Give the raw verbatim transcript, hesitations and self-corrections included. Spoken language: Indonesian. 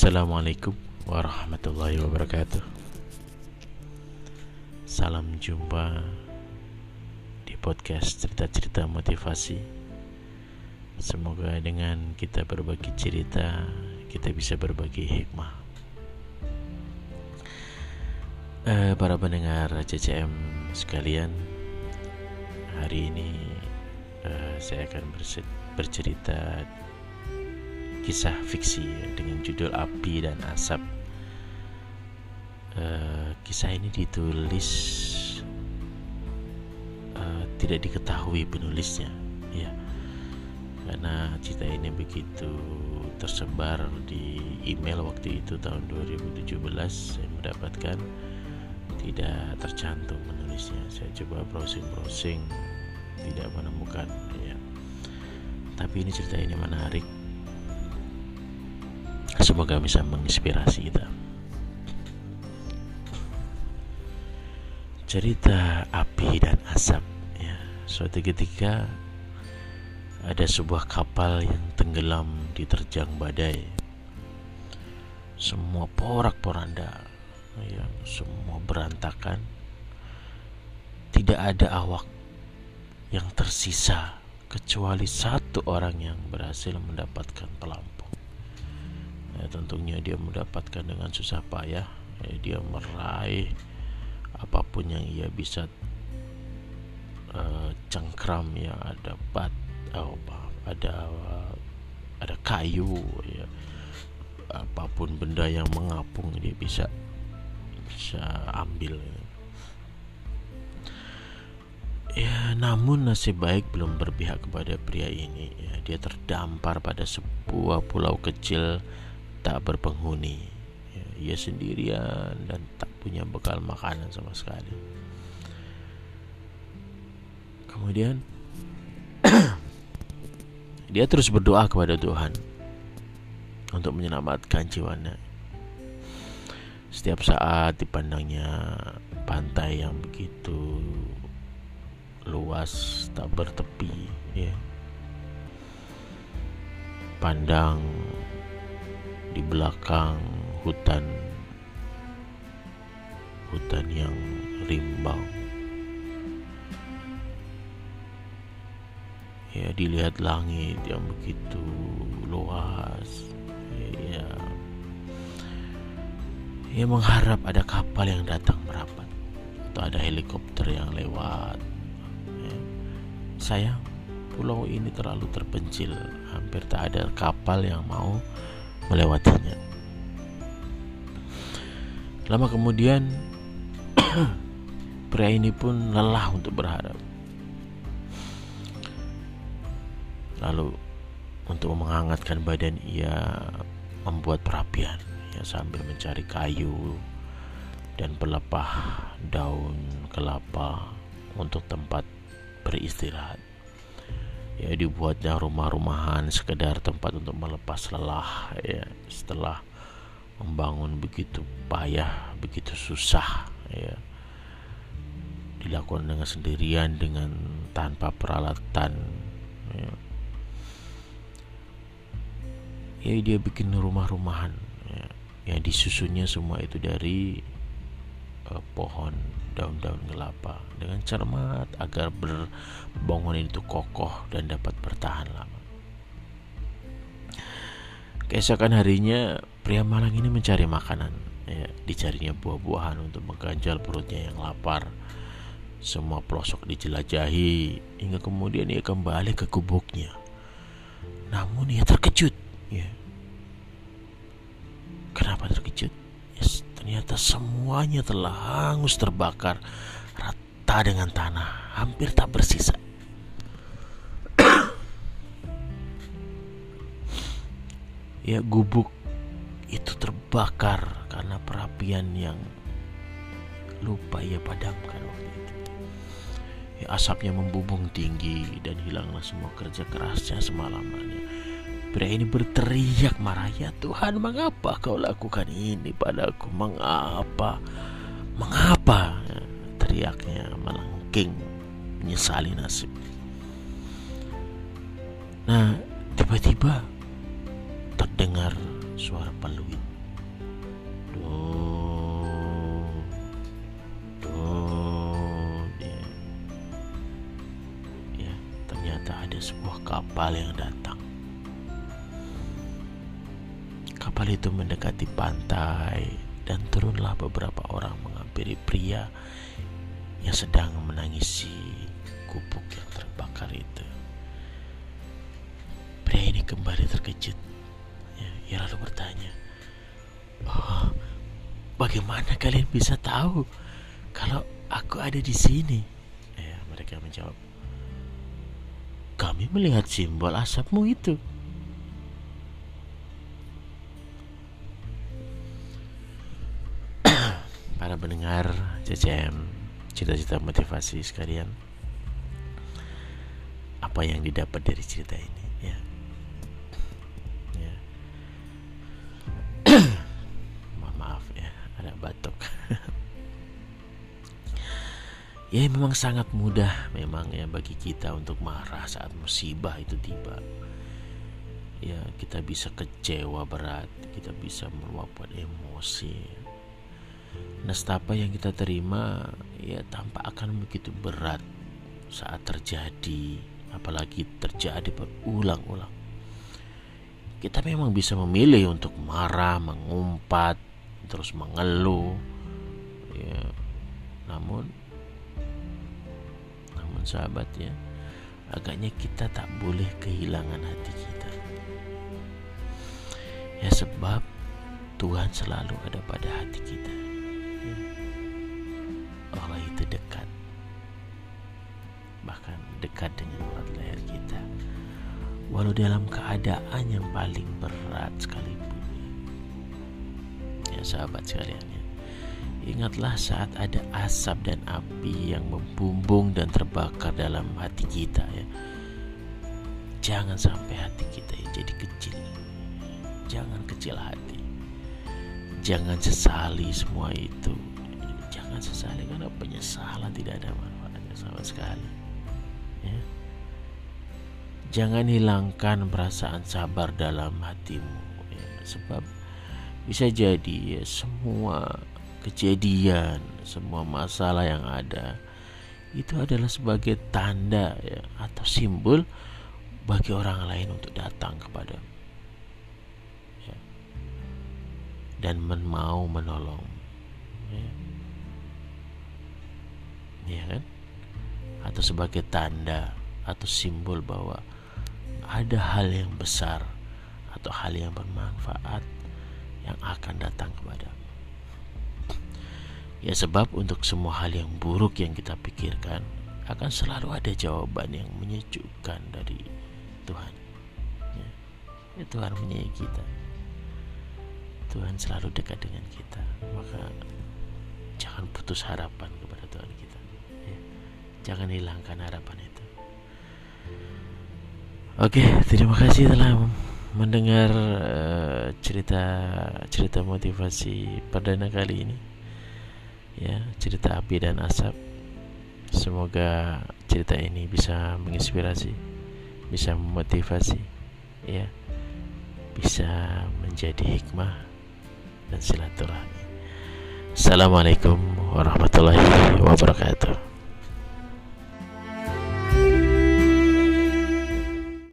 Assalamualaikum warahmatullahi wabarakatuh. Salam jumpa di podcast cerita-cerita motivasi. Semoga dengan kita berbagi cerita, kita bisa berbagi hikmah. eh, Para pendengar C C M sekalian, hari ini eh, saya akan bercerita kisah fiksi dengan judul Api dan Asap. Uh, kisah ini ditulis uh, tidak diketahui penulisnya, ya, karena cerita ini begitu tersebar di email waktu itu tahun dua ribu tujuh belas. Saya mendapatkan tidak tercantum penulisnya. Saya coba browsing-browsing, tidak menemukan, ya. Tapi ini cerita ini menarik. Semoga bisa menginspirasi kita. Cerita Api dan Asap, ya. Suatu ketika ada sebuah kapal yang tenggelam diterjang badai. Semua porak-poranda, ya, semua berantakan. Tidak ada awak yang tersisa kecuali satu orang yang berhasil mendapatkan pelampung. Ya, tentunya dia mendapatkan dengan susah payah. Ya, dia meraih apapun yang ia bisa uh, cengkram, ya, ada bat, oh, ada uh, ada kayu, ya, apapun benda yang mengapung dia bisa bisa ambil. Ya, namun nasib baik belum berpihak kepada pria ini. Ya, dia terdampar pada sebuah pulau kecil tak berpenghuni. Ya, ia sendirian dan tak punya bekal makanan sama sekali. Kemudian dia terus berdoa kepada Tuhan untuk menyelamatkan jiwanya. Setiap saat dipandangnya pantai yang begitu luas tak bertepi, ya. Pandang di belakang hutan hutan yang rimbang, ya, dilihat langit yang begitu luas, ya, ya. Ia mengharap ada kapal yang datang merapat atau ada helikopter yang lewat, ya. Sayang, pulau ini terlalu terpencil, hampir tak ada kapal yang mau melewatinya. Lama kemudian pria ini pun lelah untuk berharap. Lalu untuk menghangatkan badan, ia membuat perapian, ya, sambil mencari kayu dan pelepah daun kelapa untuk tempat beristirahat. Ya, dibuatnya rumah-rumahan sekedar tempat untuk melepas lelah, ya, setelah membangun begitu payah, begitu susah, ya, dilakukan dengan sendirian, dengan tanpa peralatan, ya. Ya, dia bikin rumah-rumahan, ya, yang disusunnya semua itu dari uh, pohon daun-daun kelapa dengan cermat agar bangunan itu kokoh dan dapat bertahan lama. Keesokan harinya pria malang ini mencari makanan, ya, dicarinya buah-buahan untuk mengganjal perutnya yang lapar. Semua pelosok dijelajahi hingga kemudian ia kembali ke gubuknya. Namun ia terkejut, ya. Kenapa terkejut? Yes, ternyata semuanya telah hangus terbakar rata dengan tanah, hampir tak bersisa. Ya, gubuk itu terbakar karena perapian yang lupa ia padamkan waktu itu. Ya, asapnya membumbung tinggi dan hilanglah semua kerja kerasnya semalamannya. Pria ini berteriak marah, "Ya Tuhan, mengapa kau lakukan ini padaku? Mengapa? Mengapa?" Ya, teriaknya melengking, menyesali nasib. Nah, tiba-tiba terdengar suara peluit. kita ada sebuah kapal yang datang. Kapal itu mendekati pantai dan turunlah beberapa orang menghampiri pria yang sedang menangisi gubuk yang terbakar itu. Pria ini kembali terkejut. Ya, ia lalu bertanya, "Oh, bagaimana kalian bisa tahu kalau aku ada di sini?" Ya, mereka menjawab, "Kami melihat simbol asapmu itu." Para pendengar C C M, cita-cita motivasi sekalian, apa yang didapat dari cerita ini? Ya, ya. Mohon maaf ya, ada batuk. Ya, memang sangat mudah memang ya bagi kita untuk marah saat musibah itu tiba. Ya, kita bisa kecewa berat, kita bisa meluapkan emosi. Nestapa yang kita terima ya tampak akan begitu berat saat terjadi, apalagi terjadi berulang-ulang. Kita memang bisa memilih untuk marah, mengumpat, terus mengeluh, ya. Namun, namun sahabat ya, agaknya kita tak boleh kehilangan hati kita. Ya, sebab Tuhan selalu ada pada hati kita. Allah itu dekat, bahkan dekat dengan urat leher kita, walau dalam keadaan yang paling berat sekalipun. Ya sahabat sekalian ya, ingatlah saat ada asap dan api yang membumbung dan terbakar dalam hati kita ya, jangan sampai hati kita ya jadi kecil. Jangan kecil hati, jangan sesali semua itu. Jangan sesali, karena penyesalan tidak ada manfaatnya sama sekali ya. Jangan hilangkan perasaan sabar dalam hatimu ya. Sebab bisa jadi ya, semua kejadian, semua masalah yang ada itu adalah sebagai tanda ya, atau simbol bagi orang lain untuk datang kepadamu ya, dan men mau menolong ya. Ya kan? Atau sebagai tanda atau simbol bahwa ada hal yang besar atau hal yang bermanfaat yang akan datang kepadamu. Ya, sebab untuk semua hal yang buruk yang kita pikirkan akan selalu ada jawaban yang menyejukkan dari Tuhan ya. Ya, Tuhan menyayangi kita, Tuhan selalu dekat dengan kita. Maka jangan putus harapan kepada Tuhan kita. Jangan hilangkan harapan itu. Oke, terima kasih telah mendengar uh, cerita cerita motivasi perdana kali ini. Ya, cerita api dan asap. Semoga cerita ini bisa menginspirasi, bisa memotivasi, ya, bisa menjadi hikmah dan silaturahmi. Assalamualaikum warahmatullahi wabarakatuh.